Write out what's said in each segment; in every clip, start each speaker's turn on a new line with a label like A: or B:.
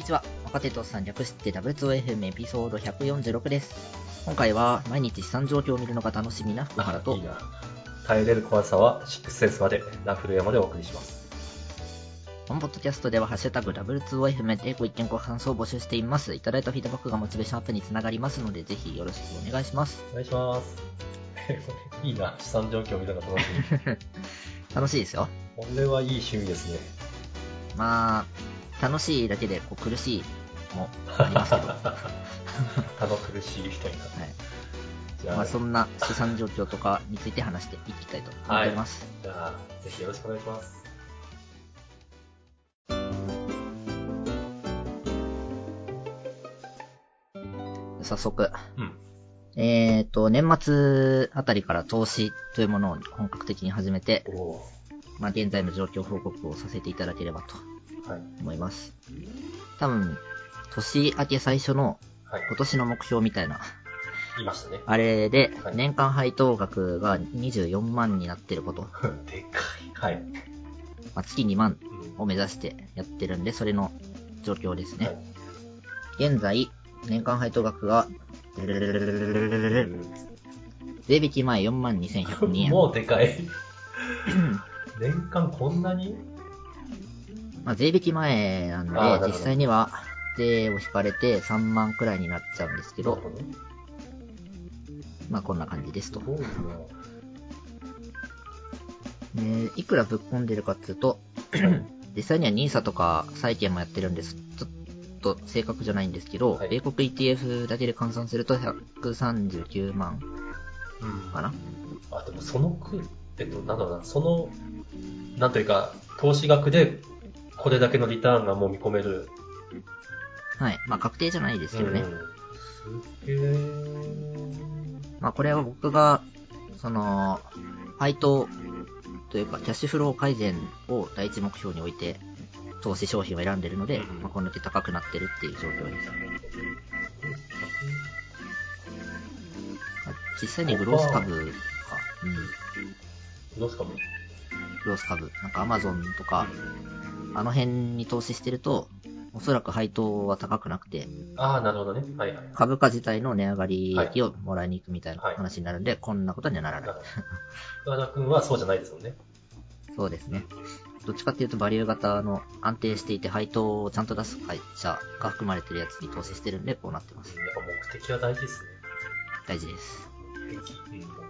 A: ちは。若手とさん略して W2FM エピソード146です。今回は毎日資産状況を見るのが楽しみな福原と、
B: いいな。耐えれる怖さはシックスセンスまでラフル山でお送りします。
A: 本ポッドキャストではハッシュタグ W2FM でご意見ご感想を募集しています。いただいたフィードバックがモチベーションアップにつながりますので、ぜひよろしくお願いします。
B: お願いします。いいな。資産状況を見るのが楽しみ。
A: 楽しいですよ。
B: これはいい趣味ですね。
A: まあ、楽しいだけで苦しいもありますけど。
B: 苦しいみたいな。
A: はい。
B: じゃあ、
A: まあ、そんな資産状況とかについて話していきたいと思っております。
B: じゃあ、ぜひよろしくお願いします。
A: 早速。
B: うん。
A: 年末あたりから投資というものを本格的に始めて、まあ、現在の状況報告をさせていただければと思います。多分、年明け最初の今年の目標みたいな、
B: 言いましたね。
A: あれで年間配当額が24万になってること。
B: でかい。はい。
A: まあ、月2万を目指してやってるんで、それの状況ですね。現在、年間配当額が、税引き前42,102円。
B: もうでかい。年間こんなに？
A: まあ、税引き前なんで、実際には税を引かれて3万くらいになっちゃうんですけど、まあこんな感じですと。いくらぶっ込んでるかっていうと、実際には NISA とか債券もやってるんです。ちょっと正確じゃないんですけど、米国 ETF だけで換算すると139万かな。
B: あ、でもそのなんだろうな、なんというか、投資額でこれだけのリターンがもう見込める。
A: はい。まあ確定じゃないですけどね。
B: すげー。
A: まあこれは僕が、配当というかキャッシュフロー改善を第一目標に置いて投資商品を選んでるので、まあ、こんだけ高くなってるっていう状況です。実際にグロース株か。
B: グロース株？
A: グロース株。なんかアマゾンとか、あの辺に投資してると、おそらく配当は高くなくて、
B: なるほどね。はいはい。
A: 株価自体の値上がり益をもらいに行くみたいな話になるんで、こんなことにはならない。
B: 福原君はそうじゃないですもんね。
A: そうですね。どっちかっていうとバリュー型の安定していて配当をちゃんと出す会社が含まれてるやつに投資してるんで、こうなってます。
B: やっぱ目的は大事ですね。
A: 大事です。
B: 目的大事。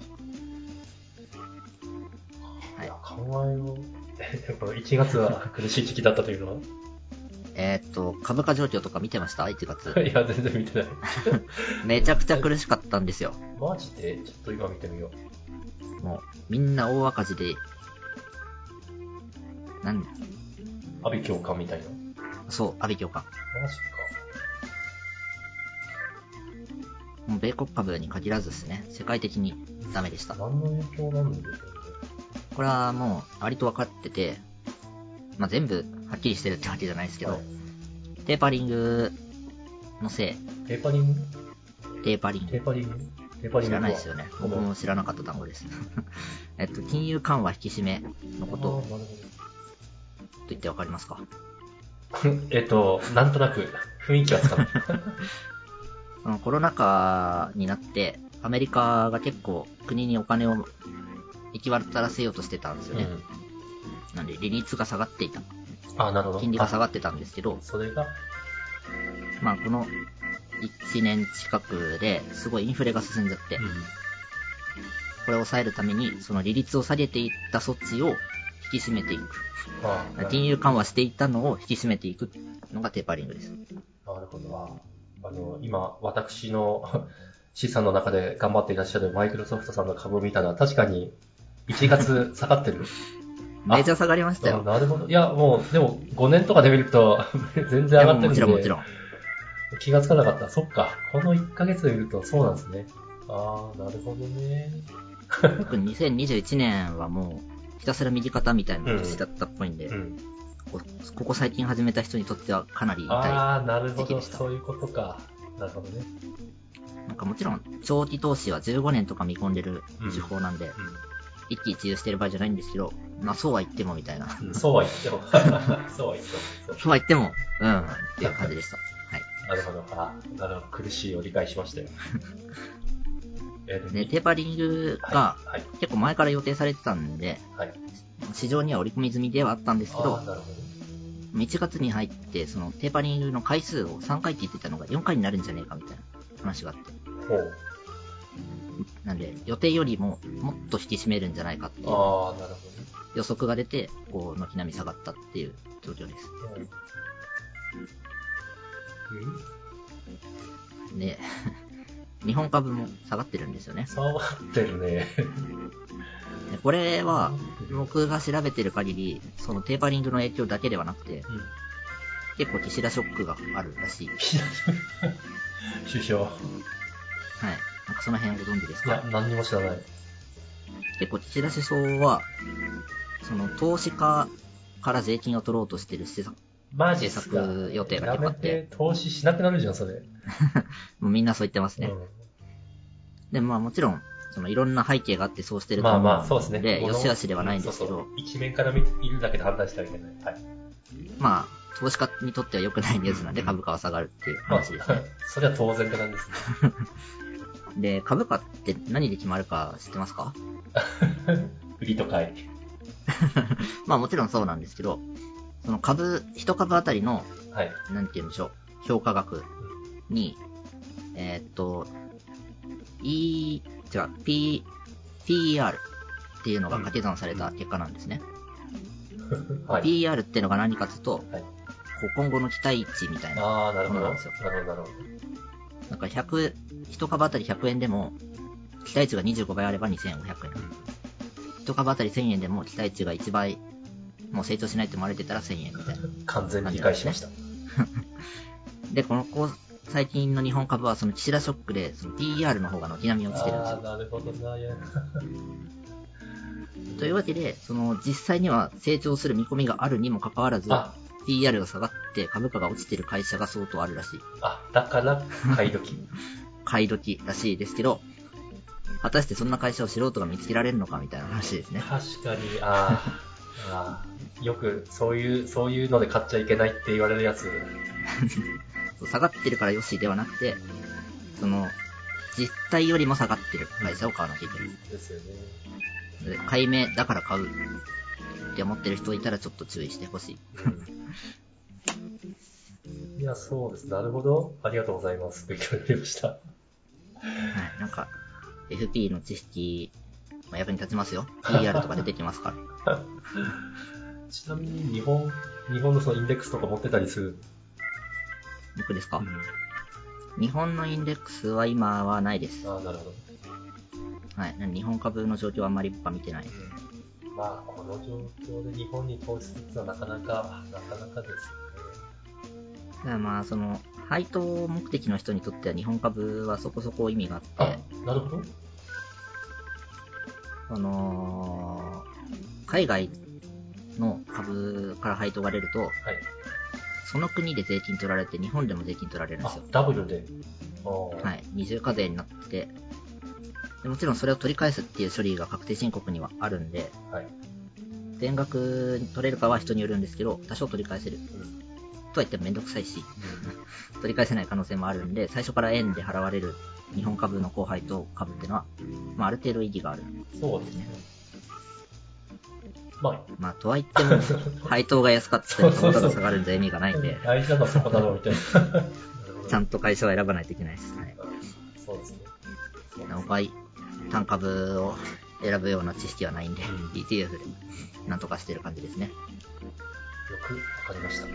A: はい。
B: 考えよう。この1月は苦しい時期だったというのは
A: 株価状況とか見てました ?1 月。
B: いや、全然見てない。
A: めちゃくちゃ苦しかったんですよ。
B: マジでちょっと今見てみよ
A: う。もう、みんな大赤字で、
B: 阿鼻教官みたいな。
A: そう、阿鼻教官。
B: マジか。
A: もう米国株に限らずですね、世界的にダメでした。
B: 何の影響なんでしょうね。
A: これはもう、割と分かってて、まあ、全部はっきりしてるってわけじゃないですけど、テーパリングのせい。
B: テーパリング
A: 知らないですよね。僕も知らなかった単語です。金融緩和引き締めのことと言ってわかりますか？
B: なんとなく雰囲気はつかない。
A: コロナ禍になって、アメリカが結構国にお金を行き渡らせようとしてたんですよね。なんで利率が下がっていた。
B: なるほど。
A: 金利が下がってたんですけど、
B: それが
A: まあこの1年近くですごいインフレが進んじゃって、これを抑えるためにその利率を下げていった措置を引き締めていく。金融緩和していたのを引き締めていくのがテーパリングです。
B: なるほど。今私の資産の中で頑張っていらっしゃるマイクロソフトさんの株を見たら確かに1月下がってる。
A: めちゃ下がりましたよ。
B: なるほど。いや、もう、でも5年とかで見ると全然上がってるんで。
A: もちろん。
B: 気がつかなかった。そっか。この1ヶ月で見るとそうなんですね。なるほどね。
A: 特に2021年はもうひたすら右肩みたいな年だったっぽいんで、ここ最近始めた人にとってはかなり痛い時期でした。
B: なるほど。そういうことか。なるほどね。
A: なんかもちろん長期投資は15年とか見込んでる手法なんで、 一喜一憂してる場合じゃないんですけど、まあそうは言ってもみたいな。
B: そうは言っても。そうは言っても。
A: そうは言っても、っていう感じでした。はい。
B: なるほど。なるほど。苦しいを理解しましたよ。
A: で、テーパリングが結構前から予定されてたんで、
B: はい。
A: 市場には織り込み済みではあったんですけど、
B: なるほど。
A: 1月に入って、そのテーパリングの回数を3回って言ってたのが4回になるんじゃねえかみたいな話があって。
B: ほう。
A: なんで、予定よりももっと引き締めるんじゃないかっていう
B: なるほど。
A: 予測が出て、こう、軒並み下がったっていう状況です。で、日本株も下がってるんですよね。
B: 下がってるね。
A: でこれは、僕が調べてる限り、そのテーパリングの影響だけではなくて、結構岸田ショックがあるらしい。
B: 首相。
A: はい。なんかその辺ご存知ですか？
B: いや、何にも知らない。
A: 結構岸田首相は、その投資家から税金を取ろうとしてる政策予定が結構あって。
B: やめて投資しなくなるじゃん、それ。
A: もうみんなそう言ってますね。で、まあもちろん、そのいろんな背景があってそうしてると思うので、
B: まあそうですね。
A: 良し悪しではないんですけど、
B: 一面から見るだけで判断してはいけない。はい。
A: まあ、投資家にとっては良くないニュースなんで株価は下がるっていう話ですね。
B: それは当然って感じですね。
A: で、株価って何で決まるか知ってますか？
B: 売りと買い。
A: まあもちろんそうなんですけど、その一株あたりの、
B: はい、
A: なんて言うんでしょう、評価額に、PER っていうのが掛け算された結果なんですね。はい、PER っていうのが何かというと、はい、今後の期待値みたいなものなんですよ。
B: なるほど。
A: なんか一株あたり100円でも、期待値が25倍あれば2500円。一株あたり1000円でも期待値が1倍、もう成長しないと思われてたら1000円みたいな、
B: 完全に理解しました。
A: で、最近の日本株はその岸田ショックで、その PER の方が軒並み落ちてるんですよ。
B: なるほどな、
A: というわけで、その実際には成長する見込みがあるにもかかわらず、PER が下がって株価が落ちてる会社が相当あるらしい。
B: だから買い時。
A: 買い時らしいですけど、果たしてそんな会社を素人が見つけられるのかみたいな話ですね。
B: 確かに、よくそういうので買っちゃいけないって言われるやつ。
A: 下がってるからよしではなくて、その、実態よりも下がってる会社を買わなきゃいけない。
B: ですよね。
A: 買い目だから買うって思ってる人いたらちょっと注意してほしい。
B: いや、そうです。なるほど。ありがとうございます。勉強になりました。はい、
A: なんか、FP の知識、役に立ちますよ。PR とか出てきますから。
B: ちなみに日本のそのインデックスとか持ってたりする？
A: 僕ですか？日本のインデックスは今はないです。
B: なるほど。
A: はい。日本株の状況はあんまり僕は見てない。
B: まあ、この状況で日本に投資するのはなかなかです
A: よね。まあ、その、配当目的の人にとっては日本株はそこそこ意味があって。
B: なるほど。
A: 海外の株から配当が出ると、その国で税金取られて日本でも税金取られるんですよ。
B: ダブルで。
A: はい。二重課税になってで、もちろんそれを取り返すっていう処理が確定申告にはあるんで、全額取れるかは人によるんですけど、多少取り返せる。とは言ってもめんどくさいし、取り返せない可能性もあるんで、最初から円で払われる日本株の高配当株っていうのは、まあある程度意義がある。
B: そうですね。
A: まあ、とは言っても、配当が安かったり、株価が下がるんじゃ意味がないんで、
B: 大事なのはそこだろうみたいな。
A: ちゃんと会社を選ばないといけないです。はい。
B: そうですね。
A: 単株を選ぶような知識はないんで、ETF でなんとかしてる感じですね。
B: よくわかりました。はい。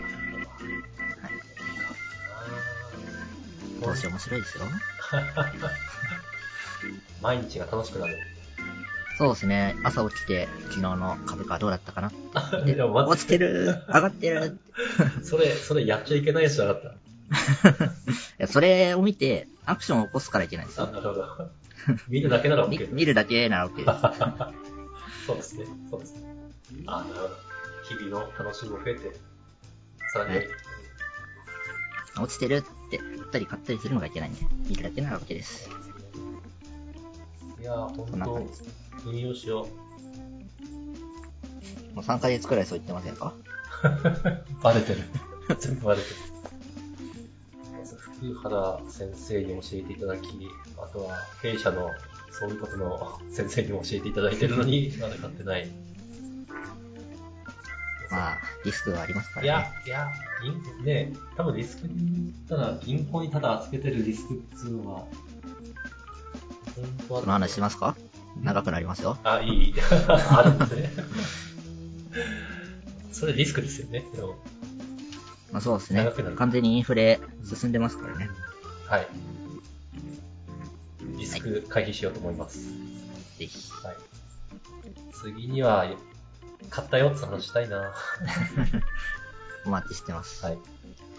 A: 投資面白いですよ。
B: 毎日が楽しくなる。
A: そうですね。朝起きて、昨日の株価どうだったかなって落ちてる上がってる
B: それやっちゃいけないやつじゃなかった。い
A: や、それを見て、アクションを起こすからいけないんですよ。
B: なるほど。見るだけなら OK。
A: 見るだけなら OK です。
B: そうですね。なるほど。日々の楽しみも増えて、さらに、
A: 落ちてるって売ったり買ったりするのがいけないんで、見るだけなら OK です。
B: いやー、ほんと、運用しよう。
A: もう3ヶ月くらいそう言ってませんか？
B: バレてる。全部バレてる。福原先生に教えていただき、あとは弊社のそういうことの先生に教えていただいてるのに、まだ買ってない。
A: まあ、リスクがありますからね。
B: いや、ね、多分リスクで言ったら、銀行にただ預けてるリスクっていうのは、
A: その話しますか？長くなりますよ。
B: あ、いい。あるんですね。それリスクですよね。でも
A: まあそうですね。完全にインフレ進んでますからね。
B: はい。リスク回避しようと思います。
A: ぜひ。
B: はい。次には、買ったよって話したいな。
A: お待ちしてます。
B: はい。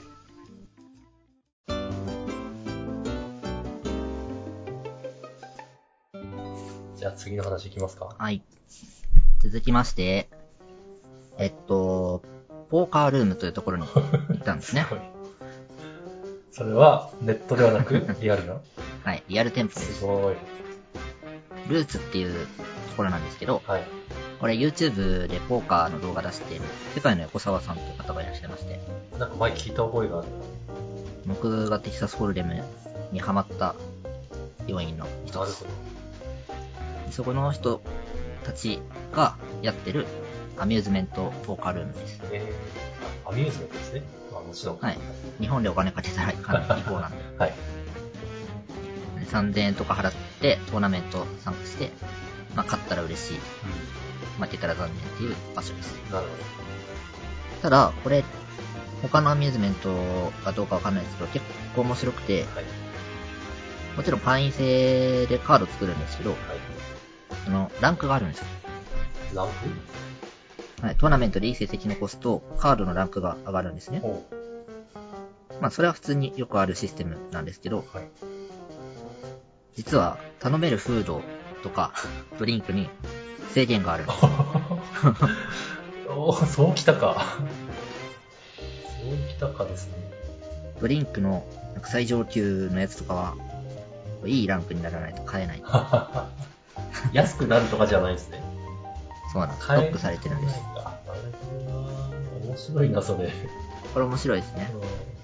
B: じゃあ次の話いきますか。
A: はい。続きまして、ポーカールームというところに行ったんですね。
B: それはネットではなくリアルな
A: はい、リアル店舗です。
B: すごい。
A: ルーツっていうところなんですけど、
B: はい。
A: これ YouTube でポーカーの動画出している世界の横澤さんという方がいらっしゃいまして、
B: なんか前聞いた覚えがある。
A: 僕がテキサスホールデムにハマった要因の一つ。なるほど。そこの人たちがやってるアミューズメントポーカールームです。
B: アミューズメントですね。まあもちろん。
A: はい。日本でお金かけたら違法なんで。
B: はい。
A: 3000円とか払ってトーナメント参加して、まあ勝ったら嬉しい。負けたら残念っていう場所です。
B: なるほど。
A: ただ、これ、他のアミューズメントかどうかわかんないですけど、結構面白くて、はい、もちろん会員制でカード作るんですけど、はい、ランクがあるんですよ。
B: ラン
A: ク？はい、トーナメントでいい成績残すと、カードのランクが上がるんですね。まあ、それは普通によくあるシステムなんですけど、はい、実は、頼めるフードとか、ドリンクに制限があるんです。
B: そうきたか。そうきたかですね。
A: ドリンクの最上級のやつとかは、いいランクにならないと買えない。
B: 安くなるとかじゃないですね。
A: そうなんです。ロックされてるんです。
B: なるほどな。面白いな、それ。
A: これ面白いですね。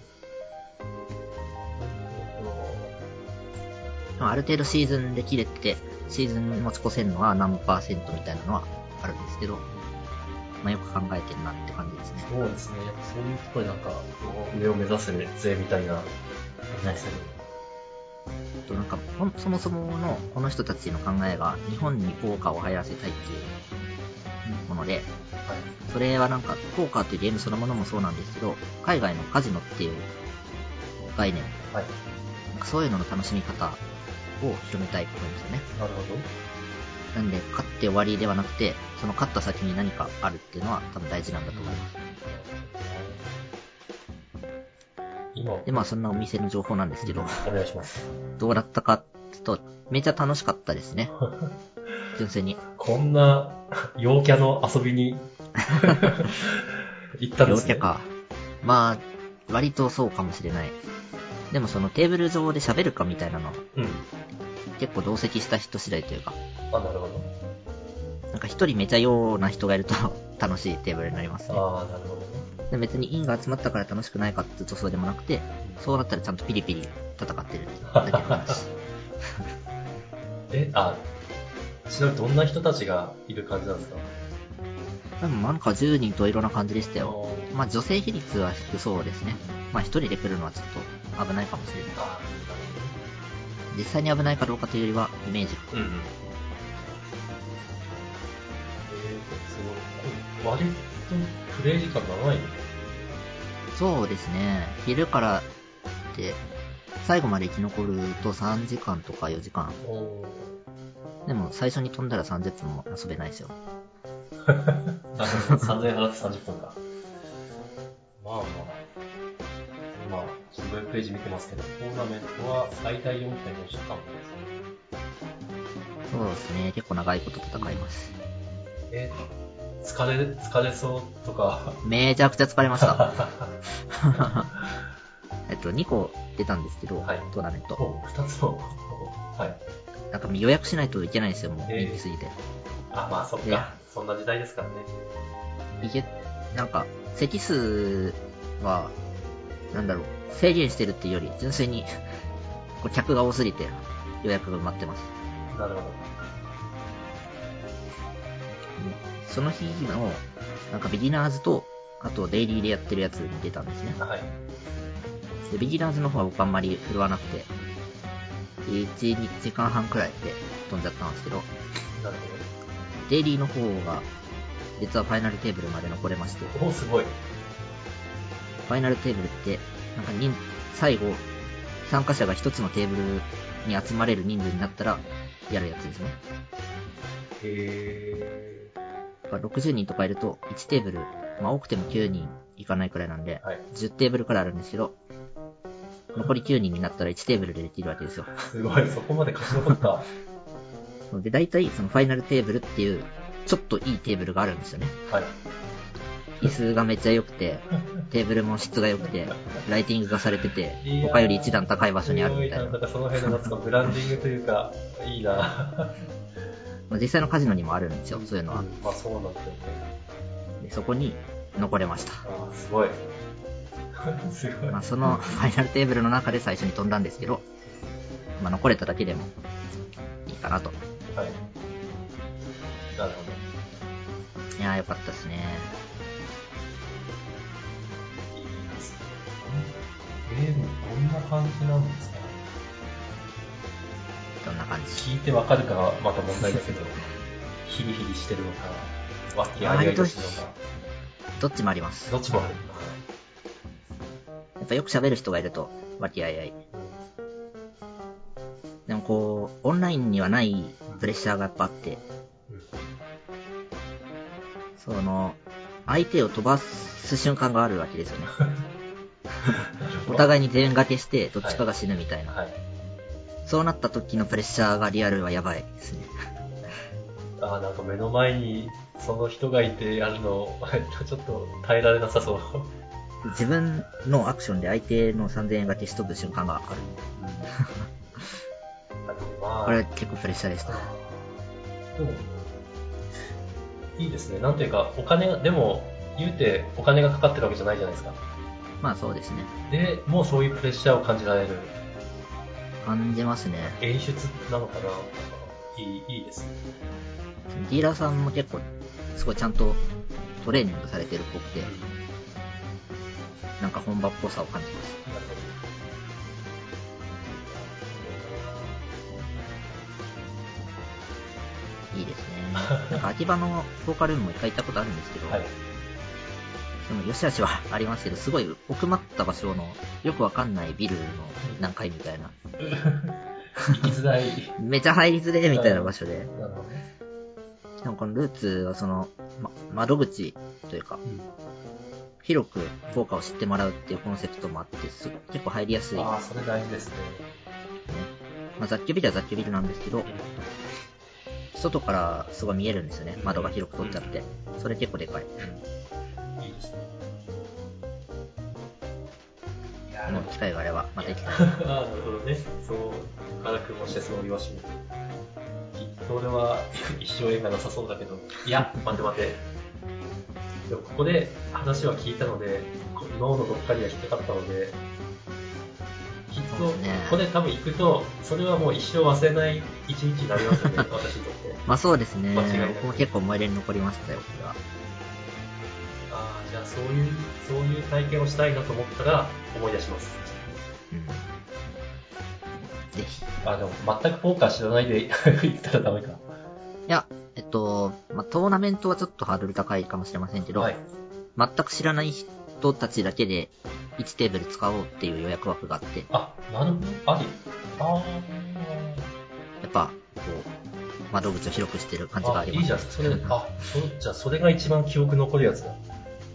A: ある程度シーズンで切れて、シーズンに持ち越せるのは何%みたいなのはあるんですけど、まあよく考えてるなって感じですね。
B: そうですね。そういうところなんか、上を目指せるぜみたいな。
A: なんか、そもそものこの人たちの考えが日本にポーカーを流行らせたいっていうもので、それはなんか、ポーカーっていうゲームそのものもそうなんですけど、海外のカジノっていう概念、なんかそういうのの楽しみ方を広めたいことですよね。
B: なるほど。
A: なんで、勝って終わりではなくて、その勝った先に何かあるっていうのは多分大事なんだと思います。で、まあそんなお店の情報なんですけど、
B: お願いします。
A: どうだったかと、めちゃ楽しかったですね。純粋に。
B: こんな陽キャの遊びに行ったんですね。
A: 陽キャか。まあ、割とそうかもしれない。でもそのテーブル上で喋るかみたいなの、結構同席した人次第というか。
B: あ、なるほど。
A: なんか一人めちゃような人がいると楽しいテーブルになりますね。
B: ああ、なるほどね。
A: で別に因が集まったから楽しくないかって言うとそうでもなくて、そうなったらちゃんとピリピリ戦ってるだけの話。
B: ちなみにどんな人たちがいる感じなんですか？
A: でもなんか10人といろんな感じでしたよ。まあ女性比率は低そうですね。まあ一人で来るのはちょっと危ないかもしれない。実際に危ないかどうかというよりはイメージが。
B: すごい。割とプレイ時間長いの？
A: そうですね。昼からで最後まで生き残ると3時間とか4時間。でも最初に飛んだら30分も遊べないですよ。
B: 3000円払って30分か。まあまあ。今、自分ページ見てますけど、トーナメントは最大 4.5 時間ですね。
A: そうですね。結構長いこと戦います。
B: 疲れそうとか。
A: めちゃくちゃ疲れました。2個出たんですけど、トーナメント。
B: 2つも。はい。
A: なんか予約しないといけないんですよ、もう人気すぎて。
B: あ、まあそっか。そんな時代ですからね。
A: なんか、席数は、制限してるっていうより、純粋に、こう客が多すぎて、予約が埋まってます。
B: なるほど。
A: その日の、なんかビギナーズと、あとデイリーでやってるやつに出たんですね。
B: はい。
A: で、ビギナーズの方は僕あんまり振るわなくて、1時間半くらいで飛んじゃったんですけど、
B: なるほど。
A: デイリーの方が、実はファイナルテーブルまで残れまして、
B: お、すごい。
A: ファイナルテーブルって、なんか最後、参加者が一つのテーブルに集まれる人数になったら、やるやつですね。
B: へ
A: 60人とかいると、1テーブル、まあ多くても9人いかないくらいなんで、
B: はい、
A: 10テーブルくらいあるんですけど、残り9人になったら1テーブルでできるわけですよ。
B: すごい、そこまで勝ち残った。
A: で、大体そのファイナルテーブルっていう、ちょっといいテーブルがあるんですよね。
B: はい。
A: 椅子がめっちゃ良くて、テーブルも質が良くて、ライティングがされてて、他より一段高い場所にあるみたいな。
B: なんかその辺のなんかブランディングというか、いいな
A: 実際のカジノにもあるんですよ、そういうのは。
B: まあそうなんだよね。
A: でそこに残れました。
B: ああ、すごい。すごい。
A: まあそのファイナルテーブルの中で最初に飛んだんですけど、まあ残れただけでもいいかなと。
B: はい。なるほ
A: ど。いやーよかったですね。
B: いいですね。ゲームどんな感じなんですか？
A: どんな感じ？
B: 聞いてわかるかはまた問題だけど、ヒリヒリしてるのか、わっきあいあいとしてるのか。
A: どっちもあります。
B: どっちもある。
A: やっぱよく喋る人がいると、わきあいあい。でもこう、オンラインにはないプレッシャーがやっぱあって、その、相手を飛ばす瞬間があるわけですよね。お互いに全掛けして、どっちかが死ぬみたいな。
B: はいはい、
A: そうなった時のプレッシャーがリアルはやばいですね。
B: ああ、なんか目の前にその人がいてやるの、ちょっと耐えられなさそう。
A: 自分のアクションで相手の3000円が消し飛ぶ瞬間がある。これ結構プレッシャーでした。
B: でも、いいですね。なんていうか、お金が、でも、言うてお金がかかってるわけじゃないじゃないですか。
A: まあそうですね。
B: で、もうそういうプレッシャーを感じられる。
A: 感じますね。
B: 演出なのかな。いいですね。
A: ディーラーさんも結構、すごいちゃんとトレーニングされてるっぽくて、なんか本場っぽさを感じます。なるほど。いいですね。なんか秋葉のポーカールームも一回行ったことあるんですけど、はい、その良し悪しはありますけど、すごい奥まった場所のよくわかんないビルの何階みたいな。
B: 行きづらい。
A: めちゃ入りづれみたいな場所で。
B: なるほどね。
A: でもこのルーツはその、窓口というか、広くポーカーを知ってもらうっていうコンセプトもあって、結構入りやすい。
B: ああ、それ大事ですね。
A: 雑居ビルは雑居ビルなんですけど、外からすごい見えるんですよね。窓が広く取っちゃって。それ結構でかい。
B: いいですね。
A: もう機会があれば、また行きたい。
B: ああ、なるほどね。そう、岡田君もしてそう言わしめて。きっと俺は一生縁がなさそうだけど、いや、待て待て。でもここで話は聞いたので、脳のどっかには引っかかったので、きっと、ここで多分行くと、それはもう一生忘れない一日になりますよね、私にとって。
A: まあそうですね。
B: 間違いない。
A: 僕も結構思い出に残りましたよ、これは。
B: ああ、じゃあそういう体験をしたいなと思ったら思い出します。
A: ぜひ。
B: あ、でも全くポーカー知らないで行ったらダメか。
A: いや、トーナメントはちょっとハードル高いかもしれませんけど、はい、全く知らない人たちだけで1テーブル使おうっていう予約枠があって。
B: あ、なるほど。あり。ああ。や
A: っぱ、こう、窓口を広くしてる感じがあります。
B: いいじゃん。それ、じゃあそれが一番記憶残るやつだ。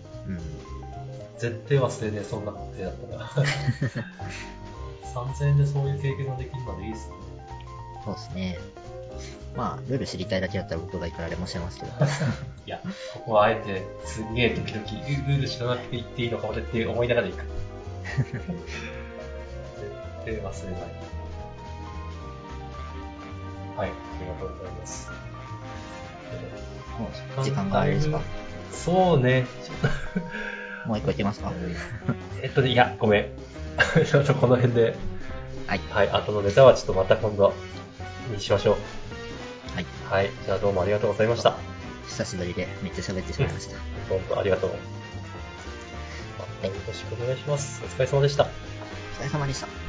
B: 絶対忘れねえ、そんな手だったら。3000円でそういう経験ができるのでいいですね。
A: そうですね。まあ、ルール知りたいだけだったら僕がいくらでもしますけど。
B: いや、ここはあえて、すんげえ時々、ルール知らなくて言っていいのか俺って思いながら行く。絶対忘れない。はい、ありがとうございます。
A: もう、時間があれですか？
B: そうね。
A: もう一個いけますか？
B: いや、ごめん。ちょっとこの辺で。
A: はい。
B: はい、後のネタはちょっとまた今度にしましょう。
A: はい。
B: はい、じゃあどうもありがとうございました。
A: 久しぶりでめっちゃ喋ってしまいました。
B: 本当ありがとう。よろしくお願いします。お疲れ様でした。
A: お疲れ様でした。